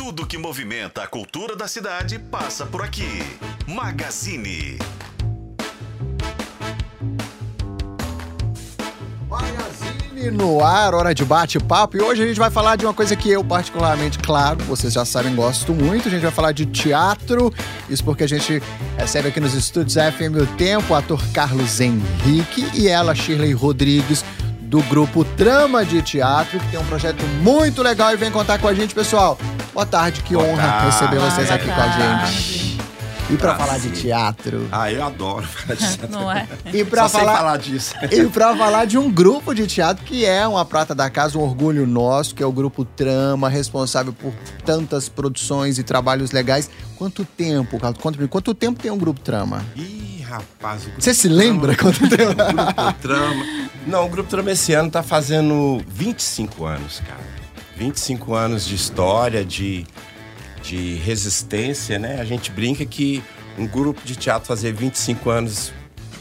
Tudo que movimenta a cultura da cidade passa por aqui. Magazine. Magazine no ar, hora de bate-papo. E hoje a gente vai falar de uma coisa que eu particularmente, claro, vocês já sabem, gosto muito. A gente vai falar de teatro. Isso porque a gente recebe aqui nos estúdios FM O Tempo o ator Carlos Henrique e ela, Shirley Rodrigues, do grupo Trama de Teatro, que tem um projeto muito legal e vem contar com a gente, pessoal. Boa tarde, que honra receber vocês aqui com a gente. E pra falar de teatro. Eu adoro falar de teatro. Não é? E pra falar disso. E pra falar de um grupo de teatro que é uma prata da casa, um orgulho nosso, que é o Grupo Trama, responsável por tantas produções e trabalhos legais. Quanto tempo, Carlos? Conta pra mim, quanto tempo tem um Grupo Trama? Rapaz, você se lembra quanto tempo? O Grupo Trama. Não, o Grupo Trama esse ano tá fazendo 25 anos, cara. 25 anos de história, de resistência, né? A gente brinca que um grupo de teatro fazer 25 anos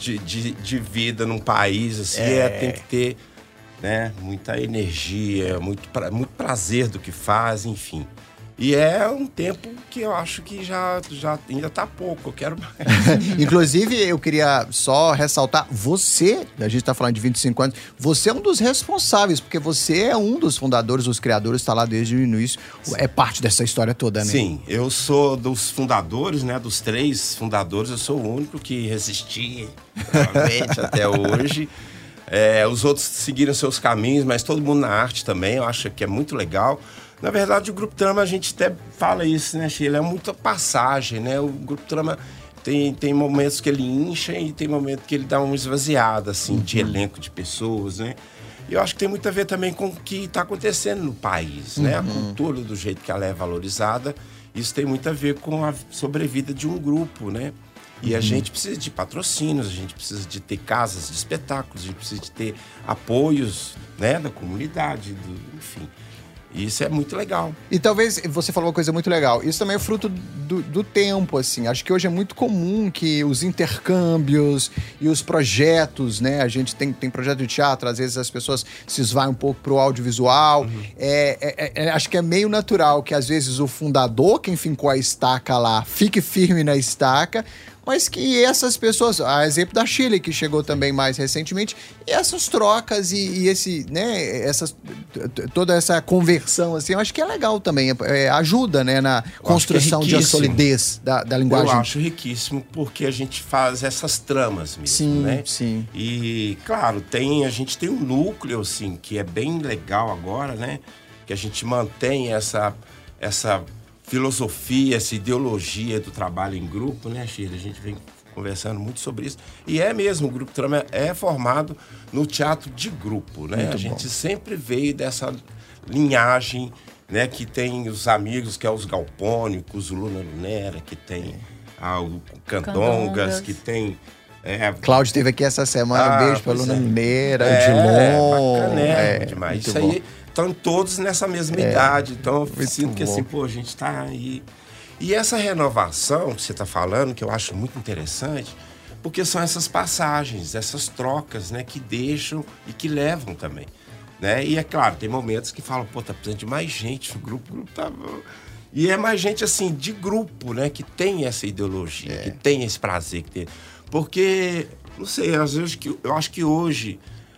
de vida num país, assim, tem que ter, né, muita energia, muito prazer do que faz, enfim. E é um tempo que eu acho que já ainda tá pouco, eu quero mais. Inclusive, eu queria só ressaltar, você, a gente tá falando de 25 anos, você é um dos responsáveis, porque você é um dos fundadores, dos criadores, tá lá desde o início, é parte dessa história toda, né? Sim, eu sou dos fundadores, né, dos 3 fundadores, eu sou o único que resisti realmente até hoje. Os outros seguiram seus caminhos, mas todo mundo na arte também, eu acho que é muito legal. Na verdade, o Grupo Trama, a gente até fala isso, né, Sheila? É muita passagem, né? O Grupo Trama tem momentos que ele incha e tem momentos que ele dá uma esvaziada, assim, de elenco de pessoas, né? E eu acho que tem muito a ver também com o que está acontecendo no país, né? A cultura, do jeito que ela é valorizada, isso tem muito a ver com a sobrevida de um grupo, né? E a gente precisa de patrocínios, a gente precisa de ter casas de espetáculos, a gente precisa de ter apoios, né, da comunidade, enfim. E isso é muito legal. E talvez, você falou uma coisa muito legal, isso também é fruto do tempo, assim. Acho que hoje é muito comum que os intercâmbios e os projetos, né? A gente tem projeto de teatro, às vezes as pessoas se esvaem um pouco pro audiovisual. Acho que é meio natural que às vezes o fundador, quem fincou a estaca lá, fique firme na estaca, mas que essas pessoas, a exemplo da Chile, que chegou também mais recentemente, e essas trocas e esse, né, toda essa conversão, assim, eu acho que é legal também, ajuda, né, na construção de a solidez da linguagem. Eu acho riquíssimo, porque a gente faz essas tramas mesmo, sim, né? Sim. E, claro, a gente tem um núcleo, assim, que é bem legal agora, né, que a gente mantém essa filosofia, essa ideologia do trabalho em grupo, né, Shirley? A gente vem conversando muito sobre isso. E é mesmo, o Grupo Trama é formado no teatro de grupo, né? Muito a gente bom. sempre veio dessa linhagem, né, que tem os amigos, que é os Galpônicos, o Luna Lunera, que tem o Candongas, que tem... Cláudio esteve aqui essa semana, um beijo pra Luna Mineira, o Dilon. Bacana, demais. Isso aí, estão todos nessa mesma idade, então eu sinto que assim, a gente tá aí. E essa renovação que você tá falando, que eu acho muito interessante, porque são essas passagens, essas trocas, né, que deixam e que levam também, né? E é claro, tem momentos que falam, tá precisando de mais gente no grupo, o grupo tá... E é mais gente, assim, de grupo, né, que tem essa ideologia, que tem esse prazer, que tem... Porque, não sei, às vezes eu acho que hoje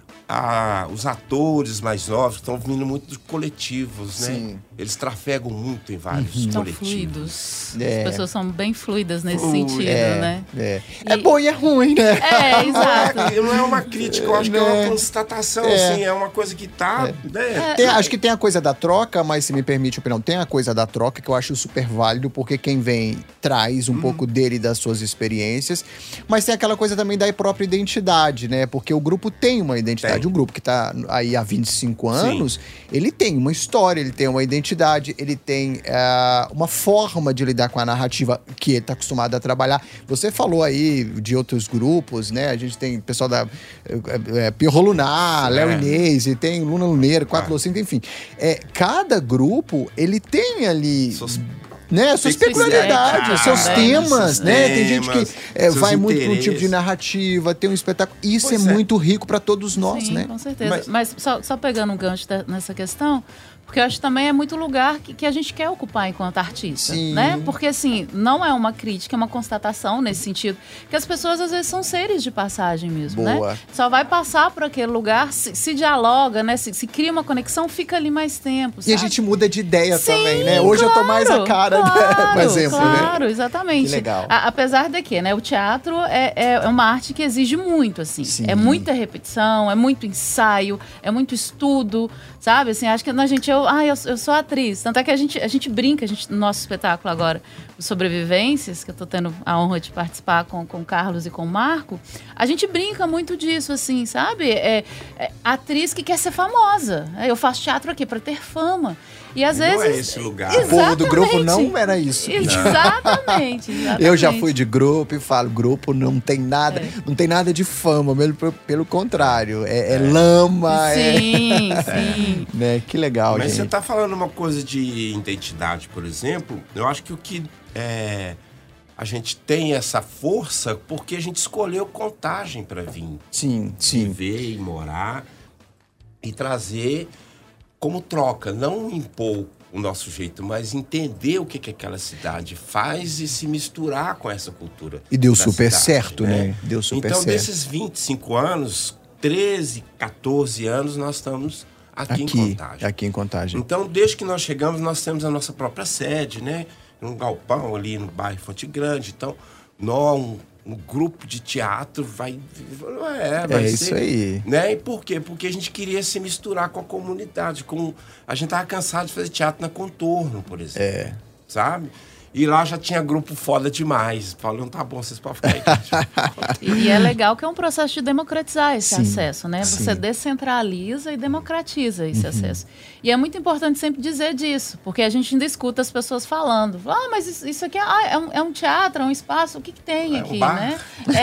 os atores mais novos estão vindo muito de coletivos, né? Sim. Eles trafegam muito em vários coletivos. São fluidos. As pessoas são bem fluidas nesse sentido, né? É bom e é ruim, né? Exato. Não é uma crítica, eu acho que é uma constatação, assim, é uma coisa que tá... Acho que tem a coisa da troca, mas se me permite a opinião, tem a coisa da troca que eu acho super válido, porque quem vem traz um pouco dele, das suas experiências, mas tem aquela coisa também da própria identidade, né? Porque o grupo tem uma identidade. Um grupo que tá aí há 25 anos, ele tem uma história, ele tem uma identidade, ele tem uma forma de lidar com a narrativa que ele tá acostumado a trabalhar. Você falou aí de outros grupos, né? A gente tem pessoal da Pierrot Lunar, Léo Inês, e tem Luna Luneira, 4 enfim. Cada grupo, ele tem ali... né, suas peculiaridades, seus temas, né? Tem gente que vai muito para um tipo de narrativa, tem um espetáculo. Isso é muito rico para todos nós, sim, né? Com certeza. Mas só pegando um gancho nessa questão, Porque eu acho que também é muito lugar que a gente quer ocupar enquanto artista, Sim. né? Porque, assim, não é uma crítica, é uma constatação nesse sentido. Que as pessoas, às vezes, são seres de passagem mesmo, Boa. né? Só vai passar por aquele lugar, se dialoga, né? Se cria uma conexão, fica ali mais tempo, E sabe? a gente muda de ideia Sim, também, né? Hoje eu tô mais a cara do exemplo, né? Claro, exatamente. Que legal. Apesar de que, né, o teatro é uma arte que exige muito, assim. Sim. É muita repetição, é muito ensaio, é muito estudo, sabe? Assim, acho que a gente, eu sou atriz. Tanto é que a gente brinca, no nosso espetáculo agora, os Sobrevivências, que eu tô tendo a honra de participar com o Carlos e com o Marco, a gente brinca muito disso, assim, sabe? Atriz que quer ser famosa. Eu faço teatro aqui para ter fama. E às vezes... Não é esse lugar. O povo do grupo não era isso. Exatamente. Eu já fui de grupo e falo, grupo não tem nada, não tem nada de fama, pelo contrário, é lama, sim, sim. Né? Que legal, Mas gente. você tá falando uma coisa de identidade, por exemplo, eu acho que o que a gente tem essa força porque a gente escolheu Contagem para vir. Sim. Viver e morar e trazer como troca, não impor o nosso jeito, mas entender o que aquela cidade faz e se misturar com essa cultura. E deu da super cidade, certo, né? Deu super então, certo. desses 25 anos, 13, 14 anos, nós estamos aqui em Contagem. Aqui em Contagem. Então, desde que nós chegamos, nós temos a nossa própria sede, né? Um galpão ali no bairro Fonte Grande. Então, nós, um grupo de teatro vai ser, isso aí. Né? E por quê? Porque a gente queria se misturar com a comunidade. A gente estava cansado de fazer teatro na Contorno, por exemplo. Sabe? E lá já tinha grupo foda demais. Falando, tá bom, vocês podem ficar aí. E é legal que é um processo de democratizar esse acesso, né? Sim. Você descentraliza e democratiza esse acesso. E é muito importante sempre dizer disso, porque a gente ainda escuta as pessoas falando. Mas isso aqui é um teatro, é um espaço, o que tem aqui, um bar. né?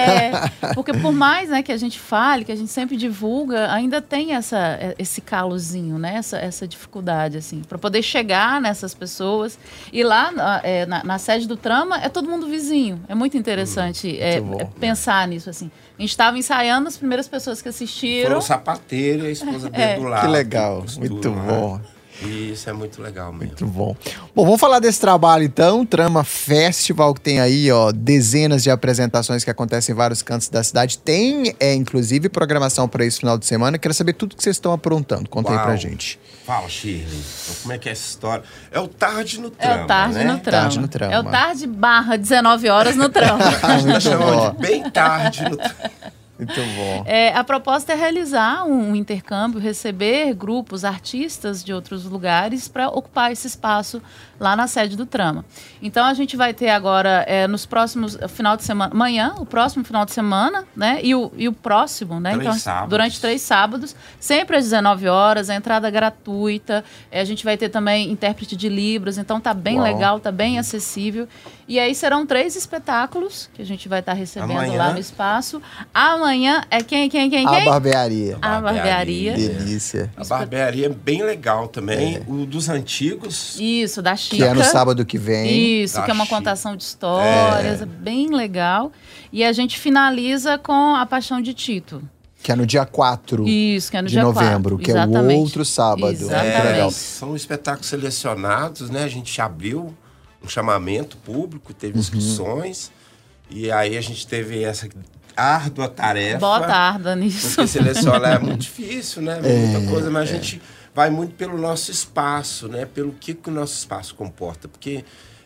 Porque por mais, né, que a gente fale, que a gente sempre divulga, ainda tem esse calozinho, né? Essa dificuldade, assim, para poder chegar nessas pessoas. E lá, na sede do Trama, é todo mundo vizinho. É muito interessante pensar nisso, assim. A gente estava ensaiando, as primeiras pessoas que assistiram... Foram o sapateiro e a esposa dele do lado. Que legal, costura, muito né? bom. Isso é muito legal mesmo. Muito bom. Bom, vamos falar desse trabalho então, Trama Festival, que tem aí, dezenas de apresentações que acontecem em vários cantos da cidade. Tem, inclusive, programação para esse final de semana. Quero saber tudo que vocês estão aprontando. Conta aí pra gente. Fala, Shirley. Como é que é essa história? É o Tarde no Trama, É o Tarde né? no Trama. Tarde no Trama. É o Tarde / 19 horas no Trama. Nós chamamos de bem tarde no Trama. Muito bom. A proposta é realizar um intercâmbio, receber grupos, artistas de outros lugares para ocupar esse espaço lá na sede do Trama. Então a gente vai ter agora, nos próximos final de semana, amanhã, o próximo final de semana, né? E o próximo, né? Então, durante 3 sábados, sempre às 19 horas, a entrada é gratuita. A gente vai ter também intérprete de Libras, então tá bem legal, tá bem acessível. E aí serão 3 espetáculos que a gente vai estar recebendo lá no espaço. Amanhã é quem? A Barbearia. A Barbearia. Delícia. A Barbearia é bem legal também. O dos antigos. Isso, da Chica. Que é no sábado que vem. Isso, que é uma contação de histórias, é bem legal. E a gente finaliza com A Paixão de Tito. Que é no dia 4 Isso, que é no de dia novembro, 4, que é o outro sábado. Exatamente. Muito legal. São espetáculos selecionados, né? A gente abriu um chamamento público, teve inscrições. E aí a gente teve essa árdua tarefa. Bota arda nisso. Porque selecionar é muito difícil, né? Muita coisa, mas a gente vai muito pelo nosso espaço, né? Pelo que o nosso espaço comporta. Porque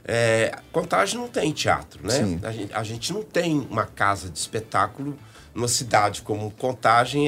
Contagem não tem teatro, né? A gente não tem uma casa de espetáculo numa cidade como Contagem.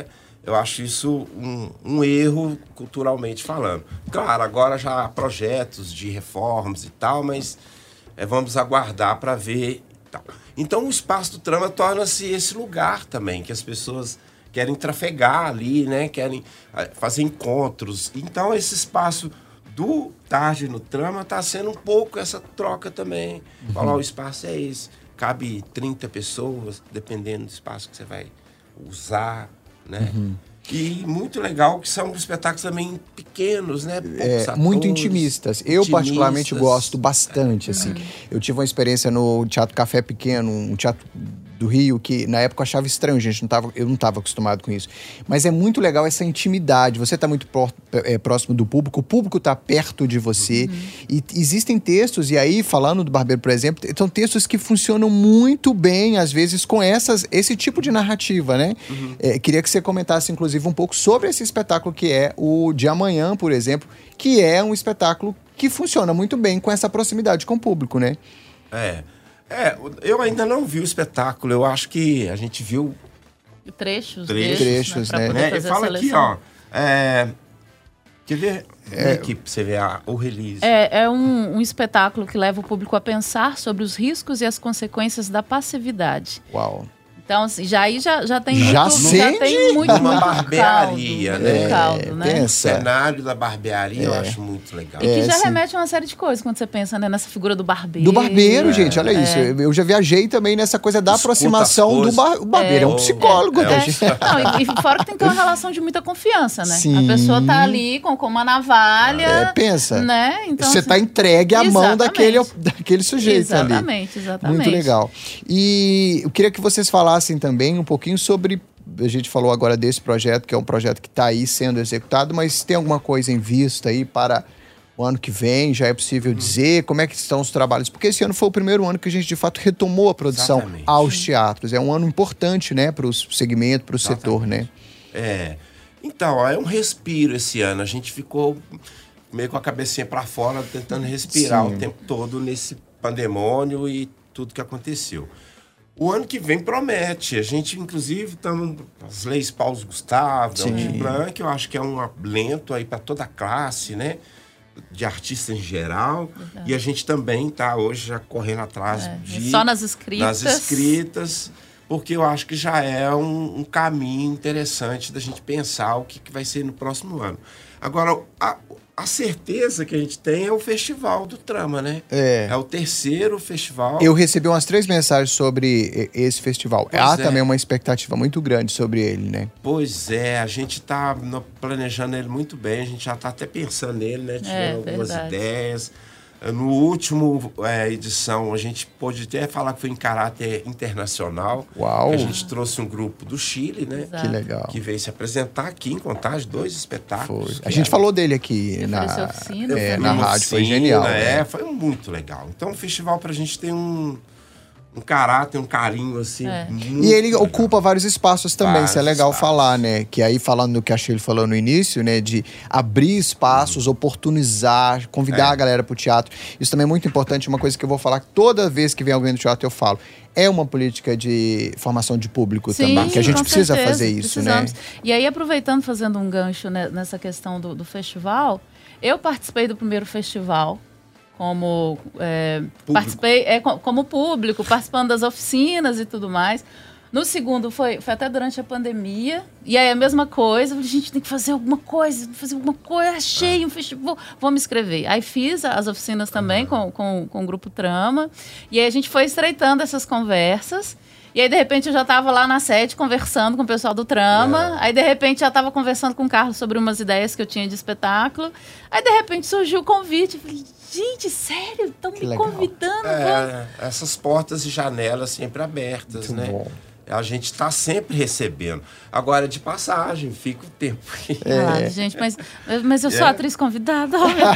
Eu acho isso um erro culturalmente falando. Claro, agora já há projetos de reformas e tal, mas vamos aguardar para ver. Tal. Então, o espaço do Trama torna-se esse lugar também, que as pessoas querem trafegar ali, né? Querem fazer encontros. Então, esse espaço do Tarde no Trama está sendo um pouco essa troca também. Falar, o espaço é esse. Cabe 30 pessoas, dependendo do espaço que você vai usar, né? E muito legal que são espetáculos também pequenos, né? Muito intimistas. Eu particularmente gosto bastante, assim. Eu tive uma experiência no Teatro Café Pequeno, um teatro do Rio, que na época eu achava estranho, eu não estava acostumado com isso. Mas é muito legal essa intimidade. Você está muito próximo do público, o público está perto de você. E existem textos, e aí, falando do Barbeiro, por exemplo, são textos que funcionam muito bem, às vezes, com esse tipo de narrativa, né? Queria que você comentasse, inclusive, um pouco sobre esse espetáculo que é o de amanhã, por exemplo, que é um espetáculo que funciona muito bem com essa proximidade com o público, né? Eu ainda não vi o espetáculo, eu acho que a gente viu trechos, né? Poder fazer fala a aqui, seleção. quer ver? Aqui pra você ver o release. É um espetáculo que leva o público a pensar sobre os riscos e as consequências da passividade. Uau. Então, assim, já tem Já tem muito uma barbearia, caldo, né? muito caldo, né? O cenário da barbearia eu acho muito legal. E que já sim. remete a uma série de coisas quando você pensa, né, nessa figura do barbeiro. Do barbeiro, gente, olha isso. Eu já viajei também nessa coisa da aproximação do barbeiro. É um psicólogo. Não, e fora que tem que ter uma relação de muita confiança, né? Sim. A pessoa tá ali com uma navalha. Pensa. Né? Então, você tá entregue à mão daquele sujeito ali. Exatamente. Muito legal. E eu queria que vocês falassem também um pouquinho sobre... A gente falou agora desse projeto, que é um projeto que está aí sendo executado, mas tem alguma coisa em vista aí para o ano que vem? Já é possível dizer? Como é que estão os trabalhos? Porque esse ano foi o primeiro ano que a gente, de fato, retomou a produção aos teatros. É um ano importante, né, para o segmento, para o setor, né? Então, é um respiro esse ano. A gente ficou meio com a cabecinha para fora, tentando respirar o tempo todo nesse pandemônio e tudo que aconteceu. O ano que vem promete. A gente, inclusive, estamos as leis Paulo Gustavo, Aldir Blanc, eu acho que é um alento aí para toda a classe, né? De artistas em geral. Verdade. E a gente também está hoje já correndo atrás de... Só nas escritas. Nas escritas, porque eu acho que já é um caminho interessante da gente pensar o que vai ser no próximo ano. Agora, a certeza que a gente tem é o Festival do Trama, né? É o terceiro festival. Eu recebi umas 3 mensagens sobre esse festival. Há também uma expectativa muito grande sobre ele, né? Pois é, a gente está planejando ele muito bem, a gente já está até pensando nele, né? Tivemos algumas ideias. No último edição, a gente pôde até falar que foi em caráter internacional. Uau! A gente trouxe um grupo do Chile, né? Que legal. Que veio se apresentar aqui em Contagem, 2 espetáculos. A gente falou dele aqui na rádio, foi genial. Foi muito legal. Então o festival pra gente tem um caráter, um carinho, assim. E ele legal. Ocupa vários espaços também, isso é legal falar, né? Que aí, falando do que a Shirley falou no início, né? De abrir espaços, oportunizar, convidar a galera pro teatro. Isso também é muito importante, uma coisa que eu vou falar toda vez que vem alguém do teatro, eu falo. É uma política de formação de público também, que a gente precisa fazer isso, né? E aí, aproveitando, fazendo um gancho nessa questão do festival, eu participei do primeiro festival, como participei como público, participando das oficinas e tudo mais. No segundo foi até durante a pandemia, e aí a mesma coisa, a gente tem que fazer alguma coisa, achei um festival, vou me inscrever. Aí fiz as oficinas também com o Grupo Trama, e aí a gente foi estreitando essas conversas. E aí, de repente, eu já estava lá na sede conversando com o pessoal do Trama. Aí, de repente, já estava conversando com o Carlos sobre umas ideias que eu tinha de espetáculo. Aí, de repente, surgiu o convite. Eu falei, gente, sério? Estão me convidando? Essas portas e janelas sempre abertas, muito, né? Bom. A gente está sempre recebendo. Agora, de passagem, fica o tempo. Gente, mas eu sou atriz convidada, oh meu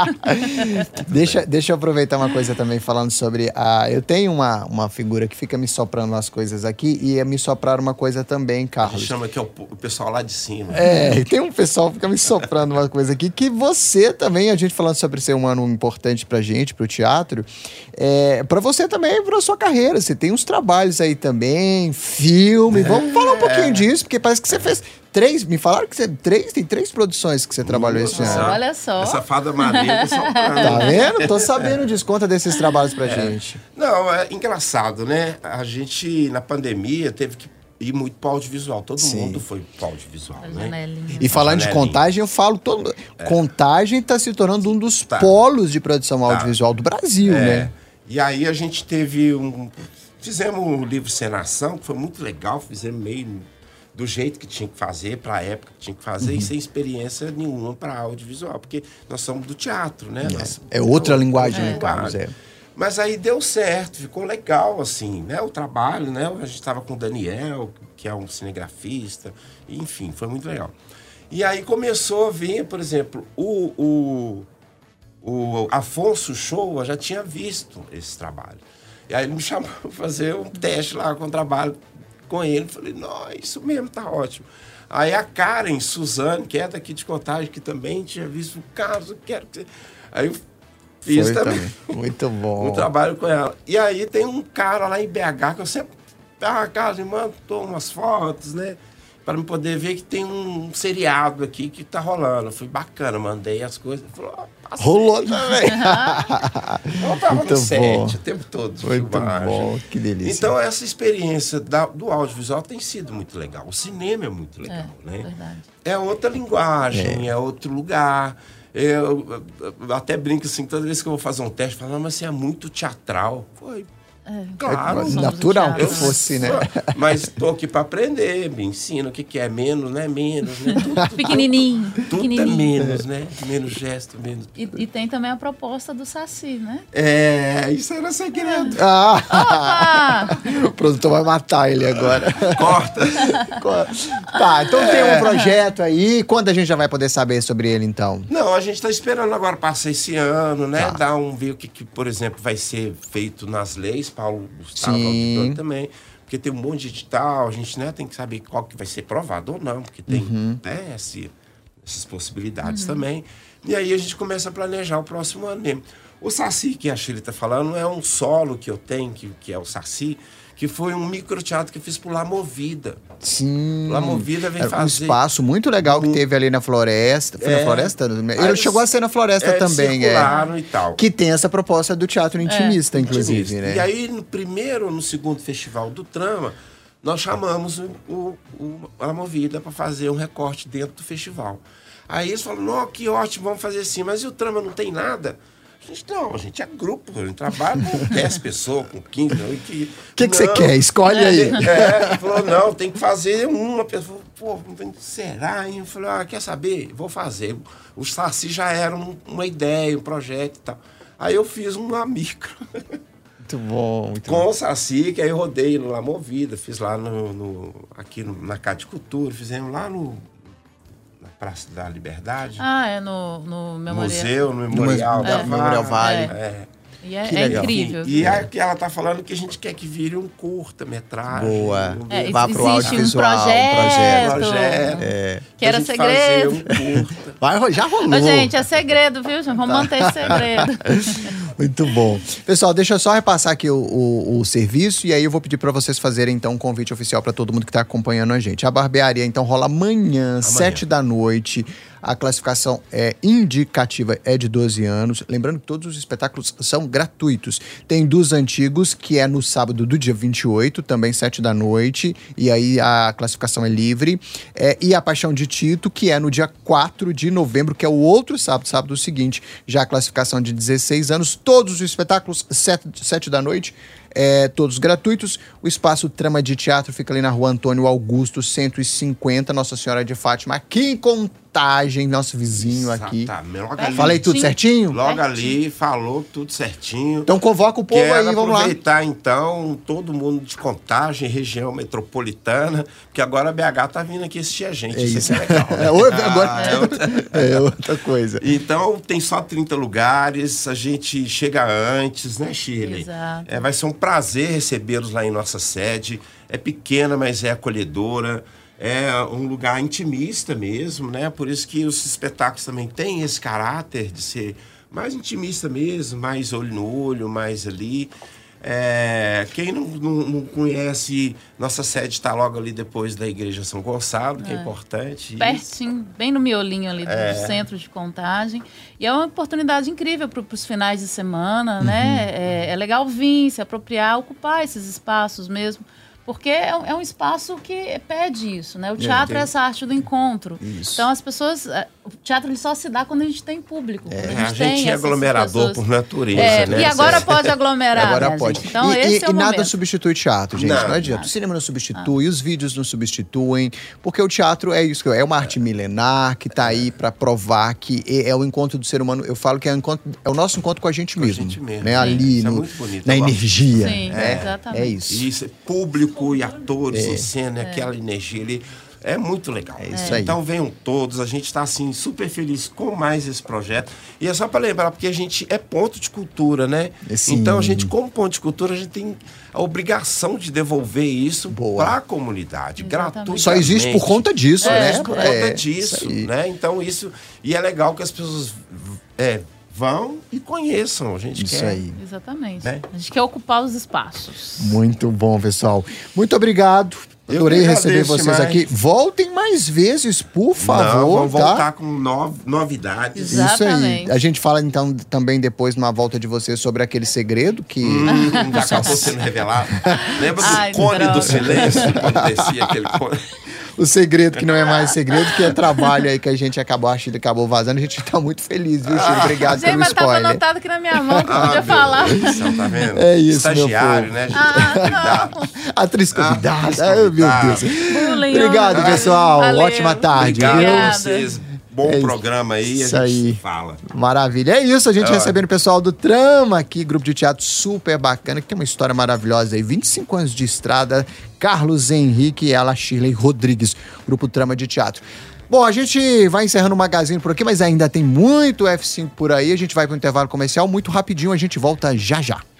Deus. Deixa eu aproveitar uma coisa também, falando sobre eu tenho uma figura que fica me soprando as coisas aqui, e me soprar uma coisa também, Carlos. A gente chama que é o pessoal lá de cima. E tem um pessoal que fica me soprando uma coisa aqui, que você também, a gente falando sobre ser um ano importante pra gente, pro teatro, pra você também, pra sua carreira. Você tem uns trabalhos aí também, filme. Vamos falar um pouquinho disso, porque parece que você fez 3. Me falaram que tem 3 produções que você trabalhou esse ano. Olha só. Essa fada maneira tá vendo? Tô sabendo disso. Conta desses trabalhos pra gente. Não, é engraçado, né? A gente, na pandemia, teve que ir muito pro audiovisual. Todo mundo foi pro audiovisual, né? E falando de Contagem, eu falo... Contagem tá se tornando um dos polos de produção audiovisual do Brasil, né? E aí a gente teve Fizemos um livro Cenação, que foi muito legal, fizemos meio do jeito que tinha que fazer, para a época que tinha que fazer, e sem experiência nenhuma para audiovisual, porque nós somos do teatro, né? É outra linguagem, né, Carlos? Mas aí deu certo, ficou legal, assim, né? O trabalho, né? A gente estava com o Daniel, que é um cinegrafista, enfim, foi muito legal. E aí começou a vir, por exemplo, o Afonso Show já tinha visto esse trabalho. E aí ele me chamou para fazer um teste lá com o trabalho com ele. Falei, não, isso mesmo, tá ótimo. Aí a Karen Suzane, que é daqui de Contagem, que também tinha visto o caso, quero que... Aí eu fiz também. Muito bom. Um trabalho com ela. E aí tem um cara lá em BH, que eu sempre... casa, mandou umas fotos, né? Para me poder ver que tem um seriado aqui que tá rolando. Foi bacana, mandei as coisas. Falou, rolou também. Eu tava muito no set bom. o tempo todo de Muito filmagem. bom, que delícia. Então, essa experiência do audiovisual tem sido muito legal. O cinema é muito legal, né? Verdade. É outra linguagem, é outro lugar. Eu até brinco assim, toda vez que eu vou fazer um teste, eu falo, mas você é muito teatral. Foi. Claro, natural que fosse, né? Mas estou aqui para aprender, me ensina o que é menos, né? Menos, né? Tudo, Pequenininho. Tudo é menos, né? Menos gesto, menos... E tem também a proposta do Saci, né? Isso era segredo. Opa! O produtor vai matar ele agora. Corta. Tá, então tem um projeto aí. Quando a gente já vai poder saber sobre ele, então? Não, a gente está esperando agora passar esse ano, né? Tá. Ver o que, por exemplo, vai ser feito nas leis. Paulo Gustavo Sim. auditor também, porque tem um monte de edital, a gente, né, tem que saber qual que vai ser provado ou não, porque tem né, essas possibilidades também. E aí a gente começa a planejar o próximo ano mesmo. O Saci, que a Shirley está falando, é um solo que eu tenho, que é o Saci, que foi um microteatro que eu fiz por La Movida. Sim. La Movida vem Era um fazer... espaço muito legal que teve ali na floresta. Foi na floresta? Ele chegou a ser na floresta também. Circularam e tal. Que tem essa proposta do teatro intimista, inclusive, né? E aí, no primeiro ou no segundo festival do Trama, nós chamamos a Movida para fazer um recorte dentro do festival. Aí eles falaram, não, que ótimo, vamos fazer assim. Mas e o Trama não tem nada? A gente é grupo, a gente trabalha com 10 pessoas, com 15. O que você quer? Escolhe aí. Ele falou, não, tem que fazer uma pessoa. Pô, será, hein? Eu falei, quer saber? Vou fazer. O Saci já era uma ideia, um projeto e tal. Aí eu fiz uma micro. Muito bom, muito com bom. o Saci, que aí eu rodei lá Movida, fiz lá aqui na Casa de Cultura, fizemos lá na Praça da Liberdade. É no Memorial. Museu, no Memorial da Memorial Vale. E é incrível. E aqui ela tá falando que a gente quer que vire um curta-metragem. Boa. Vá pro existe audiovisual, um projeto. Que era segredo. Um curta. Já rolou. Gente, é segredo, viu, gente? Vamos manter esse segredo. Muito bom. Pessoal, deixa eu só repassar aqui o serviço e aí eu vou pedir para vocês fazerem então um convite oficial para todo mundo que tá acompanhando a gente. A barbearia então rola amanhã, 7 da noite. A classificação indicativa é de 12 anos. Lembrando que todos os espetáculos são gratuitos. Tem dos antigos, que é no sábado do dia 28, também 7 da noite. E aí a classificação é livre. E a Paixão de Tito, que é no dia 4 de novembro, que é o outro sábado seguinte. Já a classificação de 16 anos. Todos os espetáculos, 7 da noite. Todos gratuitos. O espaço Trama de Teatro fica ali na Rua Antônio Augusto, 150, Nossa Senhora de Fátima, aqui em Contagem, nosso vizinho aqui. Falei tudo certinho? Logo ali, falou tudo certinho. Então convoca o povo aí, vamos lá. Aproveitar então, todo mundo de Contagem, região metropolitana, porque agora a BH tá vindo aqui assistir a gente. Isso é legal. É outra coisa. Então, tem só 30 lugares, a gente chega antes, né, Shirley? Exato. Vai ser um prazer recebê-los lá em nossa sede. É pequena, mas é acolhedora. É um lugar intimista mesmo, né? Por isso que os espetáculos também têm esse caráter de ser mais intimista mesmo, mais olho no olho, mais ali. Quem não conhece, nossa sede está logo ali depois da Igreja São Gonçalo, que é importante. Pertinho, bem no miolinho ali do centro de Contagem. E é uma oportunidade incrível para os finais de semana, né? É legal vir, se apropriar, ocupar esses espaços mesmo Porque é um espaço que pede isso, né? O teatro é essa arte do encontro. Isso. Então, as pessoas... O teatro ele só se dá quando a gente tem público. A gente é aglomerador por natureza, né? E agora pode aglomerar, Agora pode. Gente. Então, esse é o nada momento. substitui teatro, gente. Não adianta. O cinema não substitui, os vídeos não substituem, porque o teatro é isso, é uma arte milenar que tá aí para provar que é o encontro do ser humano. Eu falo que é o nosso encontro com a gente mesmo. Né? Ali, isso é muito bonito, na energia. Sim, exatamente. É isso. Isso, público e atores em cena, aquela energia ali. É muito legal. É isso aí. Então venham todos, a gente está assim super feliz com mais esse projeto. E é só para lembrar, porque a gente é ponto de cultura, né? Sim. Então a gente, como ponto de cultura, a gente tem a obrigação de devolver isso para a comunidade, gratuitamente. Só existe por conta disso, né? Por conta disso, né? Então isso... E é legal que as pessoas vão e conheçam. A gente isso quer. Aí. Exatamente. Né? A gente quer ocupar os espaços. Muito bom, pessoal. Muito obrigado. Adorei receber vocês aqui. Voltem mais vezes, por favor. Vamos voltar com novidades. Exatamente. Isso aí. A gente fala, então, também depois, numa volta de vocês, sobre aquele segredo que... Já acabou sendo revelado. Lembra do cone do silêncio? Quando descia aquele cone... O segredo que não é mais segredo, que é trabalho aí que a gente acabou vazando. A gente tá muito feliz, viu, Chico? Obrigado gente, pelo mas spoiler. Tava anotado aqui na minha mão que eu podia falar. Tá vendo? É isso, estagiário, meu povo. né? Atriz convidada. Ai, meu Deus. Bullying, Obrigado, pessoal. Valeu. Ótima tarde. Obrigado Viu? a vocês. Bom programa aí, isso a gente aí. se fala. Maravilha. É isso, a gente recebendo o pessoal do Trama aqui, grupo de teatro super bacana, que tem uma história maravilhosa aí. 25 anos de estrada, Carlos Henrique e ela, Shirley Rodrigues, grupo Trama de Teatro. Bom, a gente vai encerrando o Magazine por aqui, mas ainda tem muito F5 por aí. A gente vai para o intervalo comercial muito rapidinho, a gente volta já já.